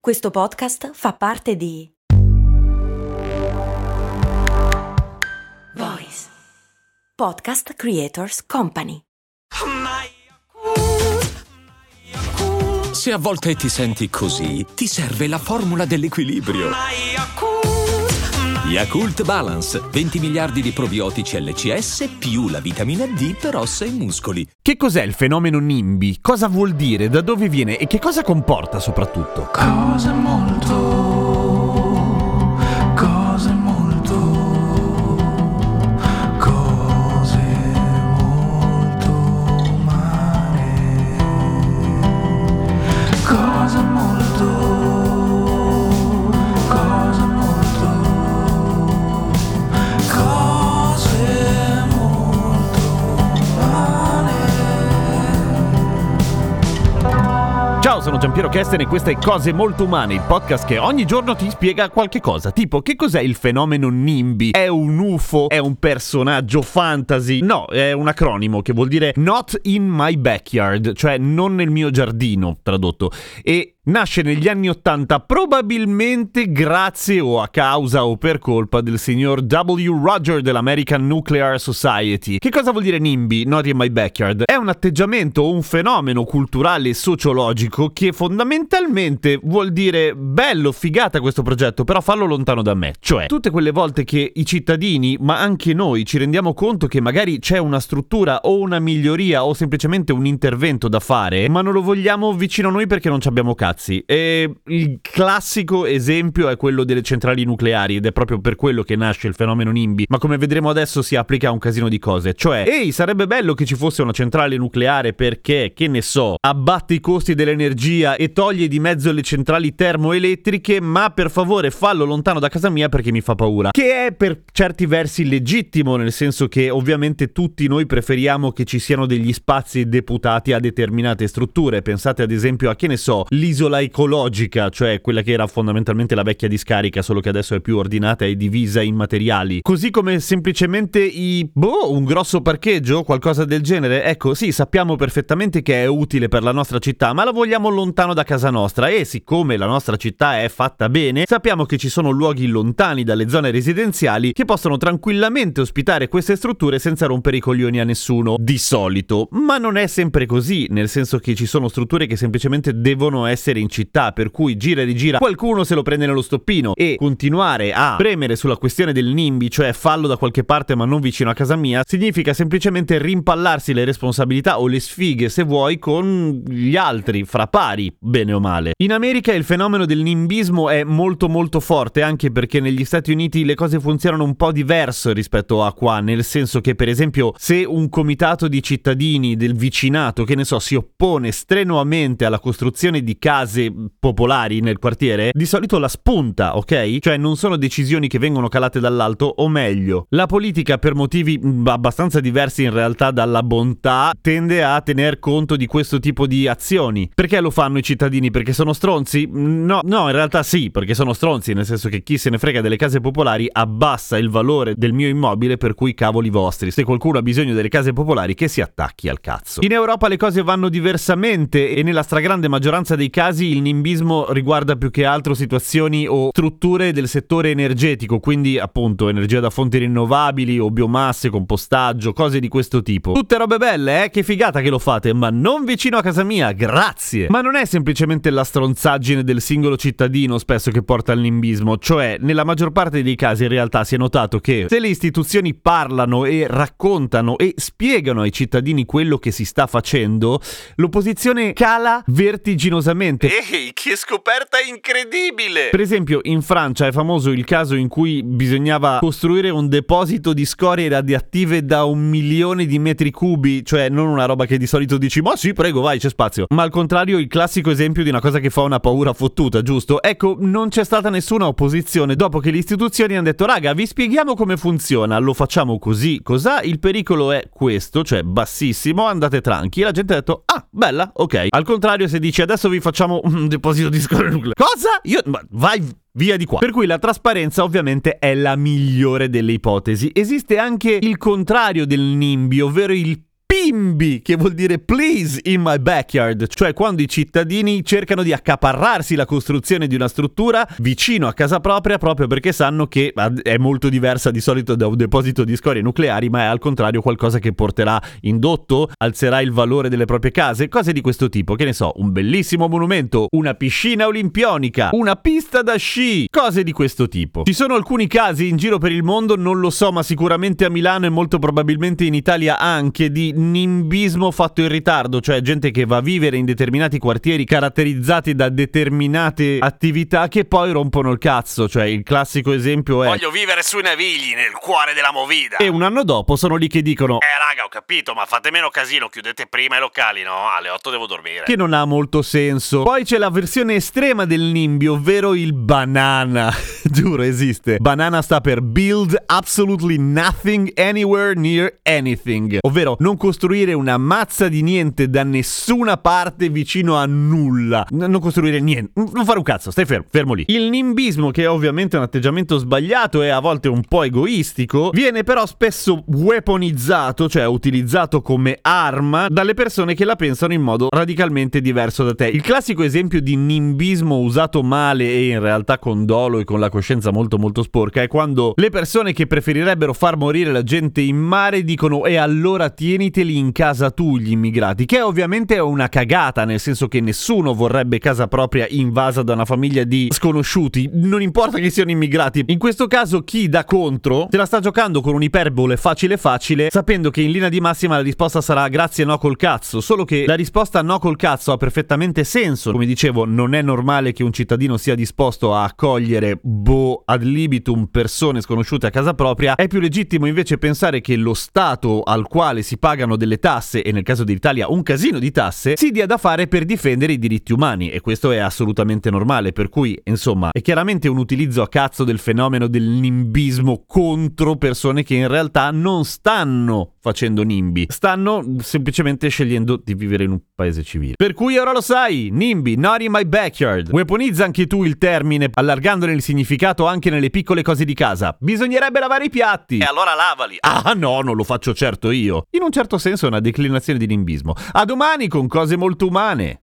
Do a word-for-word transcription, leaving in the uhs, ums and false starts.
Questo podcast fa parte di Voice Podcast Creators Company. Se a volte ti senti così, ti serve la formula dell'equilibrio. Yakult Balance, venti miliardi di probiotici L C S più la vitamina D per ossa e muscoli. Che cos'è il fenomeno NIMBY? Cosa vuol dire? Da dove viene? E che cosa comporta soprattutto? Cose molto, cose molto, cose molto umane, cose molto, cose molto, cose molto umane. Ciao, sono Giampiero Kesten e questa è Cose Molto Umane, il podcast che ogni giorno ti spiega qualche cosa. Tipo, che cos'è il fenomeno NIMBY? È un U F O? È un personaggio fantasy? No, è un acronimo che vuol dire Not in my backyard, cioè non nel mio giardino, tradotto. E nasce negli anni ottanta probabilmente grazie o a causa o per colpa del signor W. Roger dell'American Nuclear Society. Che cosa vuol dire NIMBY, Not in my backyard? È un atteggiamento o un fenomeno culturale e sociologico che fondamentalmente vuol dire bello, figata questo progetto, però fallo lontano da me. Cioè, tutte quelle volte che i cittadini, ma anche noi, ci rendiamo conto che magari c'è una struttura o una miglioria o semplicemente un intervento da fare, ma non lo vogliamo vicino a noi perché non ci abbiamo cazzo. E il classico esempio è quello delle centrali nucleari ed è proprio per quello che nasce il fenomeno NIMBY, ma come vedremo adesso si applica a un casino di cose. Cioè, ehi, sarebbe bello che ci fosse una centrale nucleare perché, che ne so, abbatte i costi dell'energia e toglie di mezzo le centrali termoelettriche, ma per favore fallo lontano da casa mia perché mi fa paura. Che è per certi versi legittimo, nel senso che ovviamente tutti noi preferiamo che ci siano degli spazi deputati a determinate strutture. Pensate ad esempio a, che ne so, l'isola ecologica, cioè quella che era fondamentalmente la vecchia discarica, solo che adesso è più ordinata e divisa in materiali. Così come semplicemente i boh, un grosso parcheggio, qualcosa del genere. Ecco, sì, sappiamo perfettamente che è utile per la nostra città, ma la vogliamo lontano da casa nostra e siccome la nostra città è fatta bene, sappiamo che ci sono luoghi lontani dalle zone residenziali che possono tranquillamente ospitare queste strutture senza rompere i coglioni a nessuno, di solito. Ma non è sempre così, nel senso che ci sono strutture che semplicemente devono essere in città, per cui gira e rigira qualcuno se lo prende nello stoppino. E continuare a premere sulla questione del NIMBY, cioè fallo da qualche parte ma non vicino a casa mia, significa semplicemente rimpallarsi le responsabilità o le sfighe, se vuoi, con gli altri, fra pari, bene o male. In America il fenomeno del nimbismo è molto molto forte, anche perché negli Stati Uniti le cose funzionano un po' diverso rispetto a qua, nel senso che per esempio se un comitato di cittadini del vicinato, che ne so, si oppone strenuamente alla costruzione di case popolari nel quartiere, di solito la spunta, ok? Cioè non sono decisioni che vengono calate dall'alto, o meglio, la politica per motivi abbastanza diversi in realtà dalla bontà tende a tener conto di questo tipo di azioni. Perché lo fanno i cittadini? Perché sono stronzi? No, no, in realtà sì, perché sono stronzi, nel senso che chi se ne frega delle case popolari abbassa il valore del mio immobile, per cui cavoli vostri. Se qualcuno ha bisogno delle case popolari, che si attacchi al cazzo. In Europa le cose vanno diversamente e nella stragrande maggioranza dei casi il nimbismo riguarda più che altro situazioni o strutture del settore energetico, quindi appunto energia da fonti rinnovabili o biomasse, compostaggio, cose di questo tipo. Tutte robe belle, eh? Che figata che lo fate, ma non vicino a casa mia, grazie! Ma non è semplicemente la stronzaggine del singolo cittadino spesso che porta al nimbismo, cioè nella maggior parte dei casi in realtà si è notato che se le istituzioni parlano e raccontano e spiegano ai cittadini quello che si sta facendo, l'opposizione cala vertiginosamente. Ehi, che scoperta incredibile! Per esempio, in Francia è famoso il caso in cui bisognava costruire un deposito di scorie radioattive da un milione di metri cubi, cioè non una roba che di solito dici ma sì, prego, vai, c'è spazio, ma al contrario il classico esempio di una cosa che fa una paura fottuta, giusto? Ecco, non c'è stata nessuna opposizione dopo che le istituzioni hanno detto raga, vi spieghiamo come funziona, lo facciamo così, cos'ha, il pericolo è questo, cioè bassissimo, andate tranqui, e la gente ha detto ah, bella, ok. Al contrario, se dici adesso vi facciamo un deposito di scorie nucleari, cosa? Io, ma vai via di qua. Per cui la trasparenza ovviamente è la migliore delle ipotesi. Esiste anche il contrario del NIMBY, ovvero il PIMBY, che vuol dire please in my backyard, cioè quando i cittadini cercano di accaparrarsi la costruzione di una struttura vicino a casa propria proprio perché sanno che è molto diversa di solito da un deposito di scorie nucleari, ma è al contrario qualcosa che porterà indotto, alzerà il valore delle proprie case, cose di questo tipo, che ne so, un bellissimo monumento, una piscina olimpionica, una pista da sci, cose di questo tipo. Ci sono alcuni casi in giro per il mondo, non lo so, ma sicuramente a Milano e molto probabilmente in Italia anche, di nimbismo fatto in ritardo, cioè gente che va a vivere in determinati quartieri caratterizzati da determinate attività che poi rompono il cazzo, cioè il classico esempio è voglio vivere sui Navigli, nel cuore della movida. E un anno dopo sono lì che dicono Eh raga, ho capito, ma fate meno casino, chiudete prima i locali, no? Alle otto devo dormire. che non ha molto senso. Poi c'è la versione estrema del NIMBY, ovvero il banana. Giuro, esiste. Banana sta per Build Absolutely Nothing Anywhere Near Anything, ovvero non costruire una mazza di niente da nessuna parte vicino a nulla. N- non costruire niente, non fare un cazzo, stai fermo, fermo lì. Il nimbismo, che è ovviamente un atteggiamento sbagliato e a volte un po' egoistico, viene però spesso weaponizzato, cioè utilizzato come arma, dalle persone che la pensano in modo radicalmente diverso da te. Il classico esempio di nimbismo usato male e in realtà con dolo e con la coscienza molto molto sporca è quando le persone che preferirebbero far morire la gente in mare dicono e allora tieniteli in casa tu gli immigrati, che ovviamente è una cagata, nel senso che nessuno vorrebbe casa propria invasa da una famiglia di sconosciuti, non importa che siano immigrati. In questo caso chi dà contro se la sta giocando con un'iperbole facile facile, sapendo che in linea di massima la risposta sarà grazie no col cazzo, solo che la risposta no col cazzo ha perfettamente senso. Come dicevo, non è normale che un cittadino sia disposto a accogliere boh ad libitum persone sconosciute a casa propria. È più legittimo invece pensare che lo Stato al quale si pagano delle tasse, e nel caso dell'Italia un casino di tasse, si dia da fare per difendere i diritti umani, e questo è assolutamente normale. Per cui insomma è chiaramente un utilizzo a cazzo del fenomeno del nimbismo contro persone che in realtà non stanno facendo NIMBY, stanno semplicemente scegliendo di vivere in un paese civile. Per cui ora lo sai, NIMBY, not in my backyard. Weaponizza anche tu il termine, allargandone il significato anche nelle piccole cose di casa. Bisognerebbe lavare i piatti. E allora lavali. Ah no, non lo faccio certo io. In un certo senso è una declinazione di nimbismo. A domani con cose molto umane.